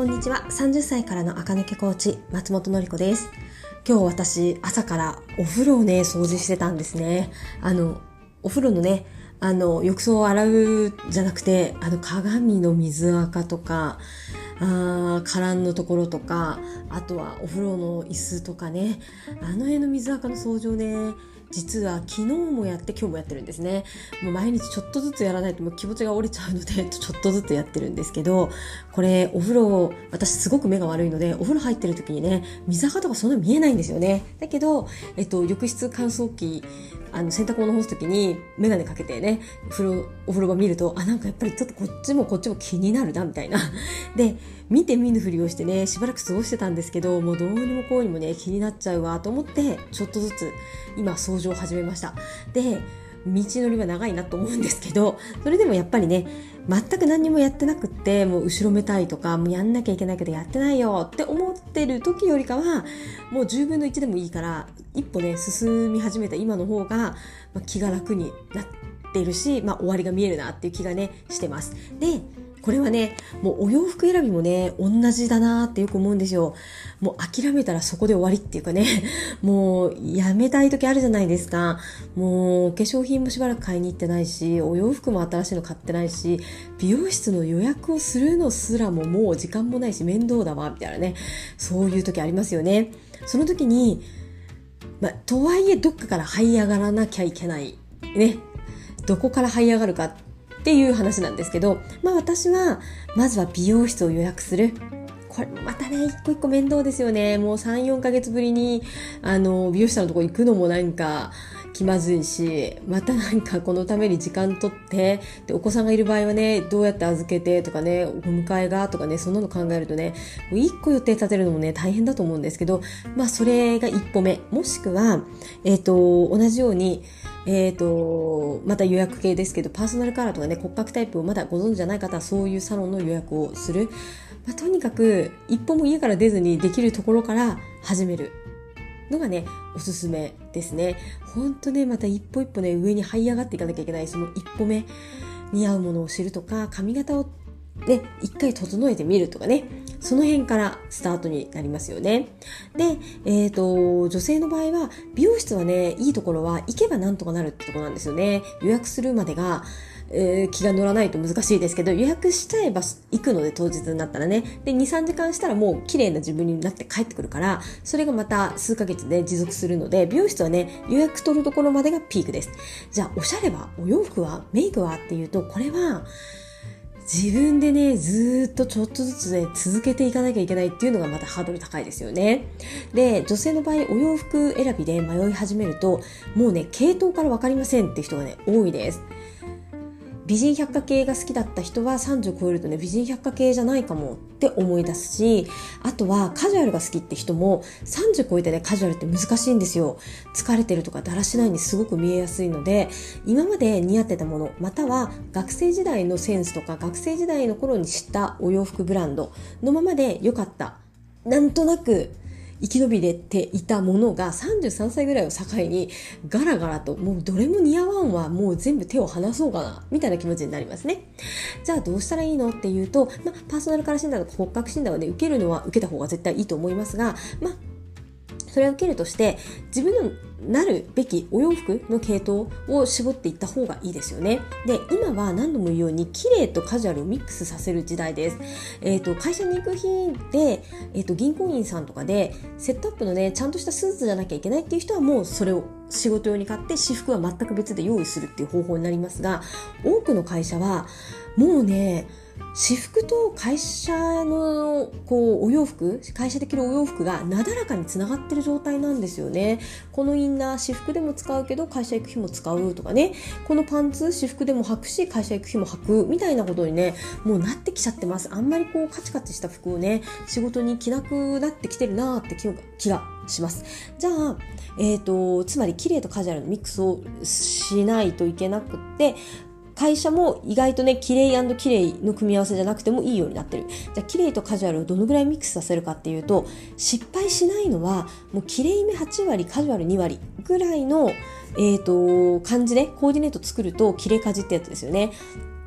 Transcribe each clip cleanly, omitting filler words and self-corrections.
んにちは。30歳からの垢抜けコーチ松本のり子です。今日私朝からお風呂をね掃除してたんですね。お風呂のね浴槽を洗うじゃなくて鏡の水垢とかカランのところとか、あとはお風呂の椅子とかね、辺の水垢の掃除をね実は昨日もやって今日もやってるんですね。もう毎日ちょっとずつやらないともう気持ちが折れちゃうのでちょっとずつやってるんですけど、これお風呂、私すごく目が悪いのでお風呂入ってる時にね水垢とかそんな見えないんですよね。だけど、浴室乾燥機洗濯物干す時にメガネかけてねお風呂場見るとなんかやっぱりちょっとこっちも気になるなみたいなで見て見ぬふりをしてねしばらく過ごしてたんですけど、もうどうにもこうにもね気になっちゃうわと思ってちょっとずつ今掃除を始めました。で道のりは長いなと思うんですけど、それでもやっぱりね全く何にもやってなくってもう後ろめたいとかもうやんなきゃいけないけどやってないよって思ってる時よりかはもう10分の1でもいいから一歩ね進み始めた今の方が、気が楽になっているし、終わりが見えるなっていう気がねしてます。でこれはねもうお洋服選びもね同じだなってよく思うんですよ。もう諦めたらそこで終わりっていうかねもうやめたい時あるじゃないですか。もう化粧品もしばらく買いに行ってないし、お洋服も新しいの買ってないし、美容室の予約をするのすらももう時間もないし面倒だわみたいなね、そういう時ありますよね。その時にとはいえどっかから這い上がらなきゃいけないね、どこから這い上がるかっていう話なんですけど、私はまずは美容室を予約する。これまたね一個一個面倒ですよね。もう 3,4 ヶ月ぶりに美容師さんのとこ行くのもなんか気まずいし、またなんかこのために時間取ってでお子さんがいる場合はねどうやって預けてとかね、お迎えがとかね、そんなの考えるとねもう1個予定立てるのもね大変だと思うんですけど、それが一歩目。もしくは同じようにまた予約系ですけどパーソナルカラーとかね骨格タイプをまだご存知じゃない方はそういうサロンの予約をする。とにかく一歩も家から出ずにできるところから始めるのがねおすすめですね。ほんとねまた一歩一歩ね上に這い上がっていかなきゃいけない。その一歩目に合うものを知るとか髪型をね一回整えてみるとかね、その辺からスタートになりますよね。で、女性の場合は美容室はねいいところは行けばなんとかなるってところなんですよね。予約するまでが気が乗らないと難しいですけど、予約しちゃえば行くので当日になったらね、で 2,3 時間したらもう綺麗な自分になって帰ってくるから、それがまた数ヶ月で持続するので、美容室はね予約取るところまでがピークです。じゃあおしゃれは、お洋服は、メイクはっていうと、これは自分でねずっとちょっとずつね続けていかなきゃいけないっていうのがまたハードル高いですよね。で女性の場合お洋服選びで迷い始めるともうね系統から分かりませんって人がね多いです。美人百貨系が好きだった人は30超えるとね美人百貨系じゃないかもって思い出すし、あとはカジュアルが好きって人も30超えてねカジュアルって難しいんですよ。疲れてるとかだらしないにすごく見えやすいので、今まで似合ってたもの、または学生時代のセンスとか学生時代の頃に知ったお洋服ブランドのままで良かった、なんとなく生き延びれていたものが33歳ぐらいを境にガラガラともうどれも似合わんわ、もう全部手を離そうかなみたいな気持ちになりますね。じゃあどうしたらいいのっていうと、パーソナルカラー診断とか骨格診断はね受けるのは受けた方が絶対いいと思いますが、それを受けるとして自分のなるべきお洋服の系統を絞っていった方がいいですよね。で今は何度も言うように綺麗とカジュアルをミックスさせる時代です。会社に行く日で、銀行員さんとかでセットアップのねちゃんとしたスーツじゃなきゃいけないっていう人はもうそれを仕事用に買って私服は全く別で用意するっていう方法になりますが、多くの会社はもうね私服と会社のお洋服、会社で着るお洋服がなだらかにつながってる状態なんですよね。このインナー私服でも使うけど会社行く日も使うとかね、このパンツ私服でも履くし会社行く日も履くみたいなことにねもうなってきちゃってます。あんまりカチカチした服をね仕事に着なくなってきてるなって気がします。じゃあつまり綺麗とカジュアルのミックスをしないといけなくって、会社も意外とね綺麗&綺麗の組み合わせじゃなくてもいいようになってる。じゃあ綺麗とカジュアルをどのぐらいミックスさせるかっていうと、失敗しないのはもう綺麗め8割カジュアル2割ぐらいの感じでコーディネート作ると綺麗カジってやつですよね。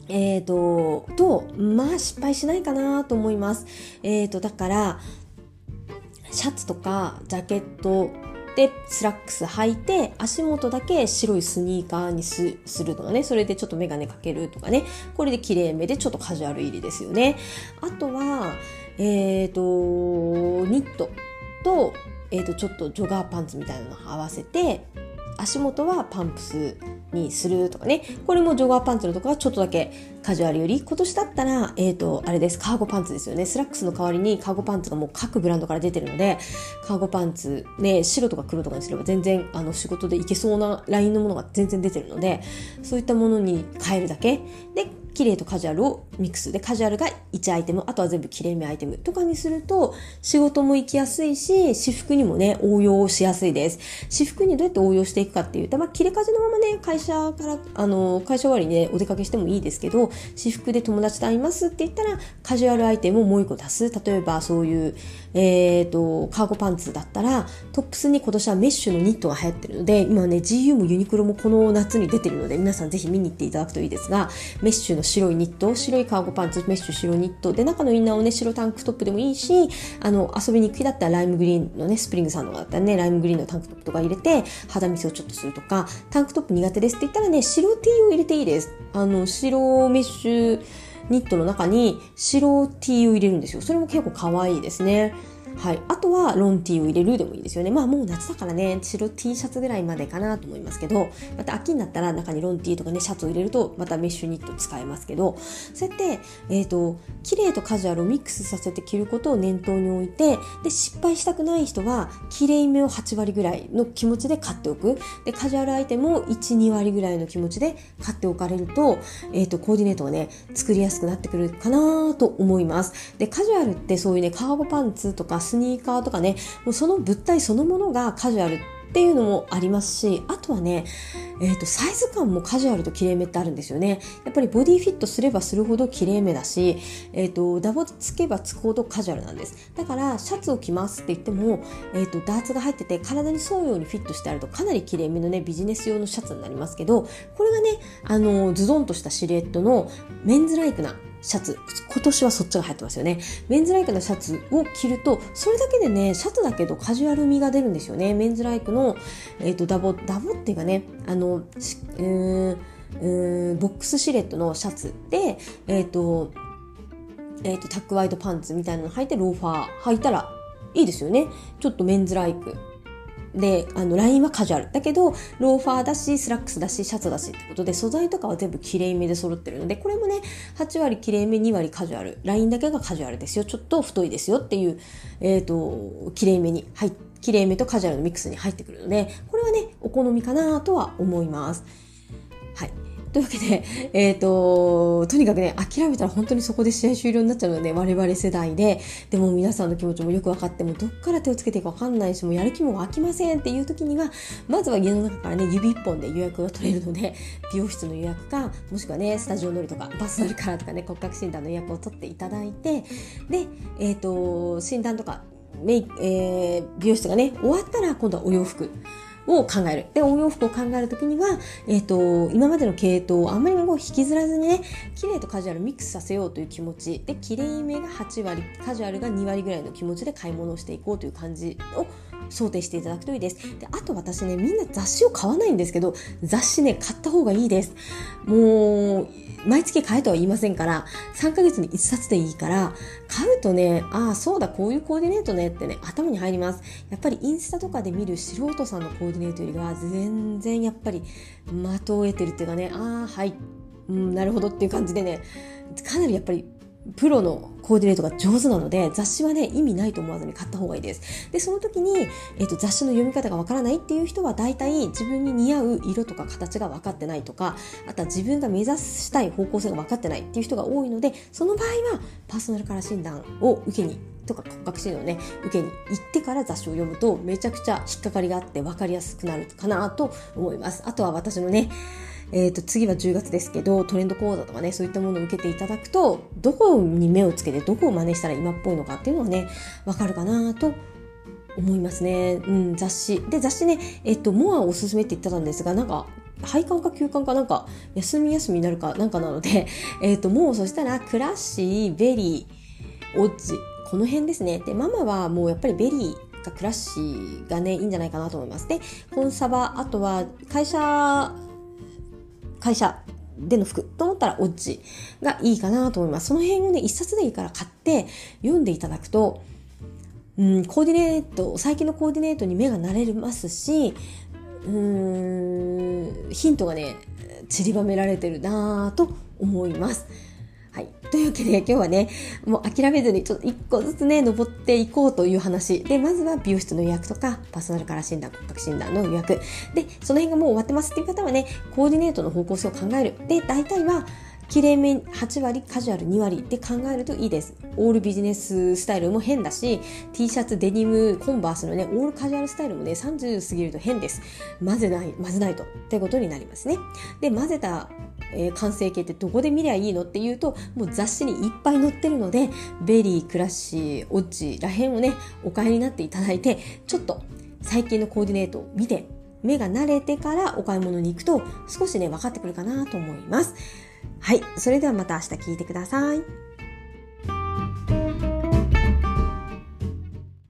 まあ失敗しないかなと思います。だから、シャツとかジャケットでスラックス履いて、足元だけ白いスニーカーにするとかね、それでちょっとメガネかけるとかね、これで綺麗めでちょっとカジュアル入りですよね。あとは、ニットと、ちょっとジョガーパンツみたいなのを合わせて、足元はパンプスにするとかね。これもジョガーパンツのとかはちょっとだけカジュアルより、今年だったら、あれです、カーゴパンツですよね。スラックスの代わりにカーゴパンツがもう各ブランドから出てるので、カーゴパンツね、白とか黒とかにすれば全然仕事でいけそうなラインのものが全然出てるので、そういったものに変えるだけで、綺麗とカジュアルをミックスで、カジュアルが1アイテム、あとは全部綺麗めアイテムとかにすると、仕事も行きやすいし、私服にもね、応用しやすいです。私服にどうやって応用していくかっていうと、切れカジのままね、会社から、会社終わりにね、お出かけしてもいいですけど、私服で友達と会いますって言ったら、カジュアルアイテムをもう一個足す。例えば、そういう、カーゴパンツだったら、トップスに今年はメッシュのニットが流行ってるので、今ね、GU もユニクロもこの夏に出てるので、皆さんぜひ見に行っていただくといいですが、メッシュの白いニット、白いカーゴパンツ、メッシュ白ニットで、中のインナーをね、白タンクトップでもいいし、遊びに行く日だったらライムグリーンのね、スプリングさんとかだったらね、ライムグリーンのタンクトップとか入れて、肌見せをちょっとするとか、タンクトップ苦手ですって言ったらね、白 T を入れていいです。白メッシュニットの中に白 T を入れるんですよ。それも結構可愛いですね。はい。あとはロン T を入れるでもいいですよね。もう夏だからね、白 T シャツぐらいまでかなと思いますけど、また秋になったら中にロン T とかね、シャツを入れるとまたメッシュニット使えますけど、そうやって、綺麗とカジュアルをミックスさせて着ることを念頭に置いて、で、失敗したくない人は、綺麗めを8割ぐらいの気持ちで買っておく。で、カジュアルアイテムを1、2割ぐらいの気持ちで買っておかれると、コーディネートがね、作りやすくなってくるかなと思います。で、カジュアルってそういうね、カーゴパンツとかスニーカーとかね、もうその物体そのものがカジュアルっていうのもありますし、あとはね、サイズ感もカジュアルと綺麗めってあるんですよね。やっぱりボディフィットすればするほど綺麗めだし、ダボつけばつくほどカジュアルなんです。だからシャツを着ますって言っても、ダーツが入ってて体に沿うようにフィットしてあるとかなり綺麗めのね、ビジネス用のシャツになりますけど、これがね、ズドンとしたシルエットのメンズライクなシャツ、今年はそっちが流行ってますよね。メンズライクのシャツを着ると、それだけでね、シャツだけどカジュアル味が出るんですよね。メンズライクの、ダボっていうかね、ボックスシルエットのシャツで、タックワイドパンツみたいなの履いてローファー履いたらいいですよね。ちょっとメンズライク。で、ラインはカジュアル。だけど、ローファーだし、スラックスだし、シャツだしってことで、素材とかは全部綺麗めで揃ってるので、これもね、8割綺麗め、2割カジュアル。ラインだけがカジュアルですよ。ちょっと太いですよっていう、綺麗めに、綺麗めとカジュアルのミックスに入ってくるので、これはね、お好みかなとは思います。はい。というわけで、とにかくね、諦めたら本当にそこで試合終了になっちゃうので、我々世代で、でも皆さんの気持ちもよく分かっても、どっから手をつけていいか分かんないし、もうやる気も湧きませんっていう時には、まずは家の中からね、指一本で予約が取れるので、美容室の予約か、もしくはね、スタジオ乗りとか、バス乗りからとかね、骨格診断の予約を取っていただいて、で、診断とか、美容室がね、終わったら今度はお洋服を考える。で、お洋服を考えるときには、今までの系統をあんまり引きずらずにね、綺麗とカジュアルミックスさせようという気持ちで、綺麗めが8割、カジュアルが2割ぐらいの気持ちで買い物をしていこうという感じを想定していただくといいです。で、あと私ね、みんな雑誌を買わないんですけど、雑誌ね、買った方がいいです。もう、毎月買えとは言いませんから、3ヶ月に1冊でいいから、買うとね、そうだ、こういうコーディネートねってね、頭に入ります。やっぱりインスタとかで見る素人さんのコーディネートよりは、全然やっぱり的を得てるっていうかね、はい、なるほどっていう感じでね、かなりやっぱりプロのコーディネートが上手なので、雑誌はね、意味ないと思わずに買った方がいいです。で、その時に、雑誌の読み方がわからないっていう人は、大体自分に似合う色とか形が分かってないとか、あとは自分が目指したい方向性が分かってないっていう人が多いので、その場合はパーソナルカラー診断を受けにとか骨格診断をね、受けに行ってから雑誌を読むと、めちゃくちゃ引っかかりがあって分かりやすくなるかなと思います。あとは私のね、次は10月ですけど、トレンド講座とかね、そういったものを受けていただくと、どこに目をつけてどこを真似したら今っぽいのかっていうのはね、わかるかなと思いますね。雑誌ね、モアをおすすめって言ってたんですが、なんか廃刊か休刊かなんか休みになるかなんかなので、もうそしたらクラッシー、ベリー、オッジ、この辺ですね。で、ママはもうやっぱりベリーかクラッシーがね、いいんじゃないかなと思います。で、コンサバ、あとは会社での服と思ったらオッジがいいかなと思います。その辺をね、一冊でいいから買って読んでいただくと、コーディネート、最近のコーディネートに目が慣れますし、ヒントがね、散りばめられてるなと思います。はい。というわけで今日はね、もう諦めずにちょっと一個ずつね、登っていこうという話。で、まずは美容室の予約とか、パーソナルカラー診断、骨格診断の予約。で、その辺がもう終わってますっていう方はね、コーディネートの方向性を考える。で、大体は、きれいめ8割、カジュアル2割で考えるといいです。オールビジネススタイルも変だし、T シャツ、デニム、コンバースのね、オールカジュアルスタイルもね、30過ぎると変です。混ぜないと。ってことになりますね。で、混ぜた完成形ってどこで見りゃいいのっていうと、もう雑誌にいっぱい載ってるので、ベリー、クラッシー、オッジらへんをね、お買いになっていただいて、ちょっと最近のコーディネートを見て、目が慣れてからお買い物に行くと、少しね、分かってくるかなと思います。はい。それではまた明日聞いてください。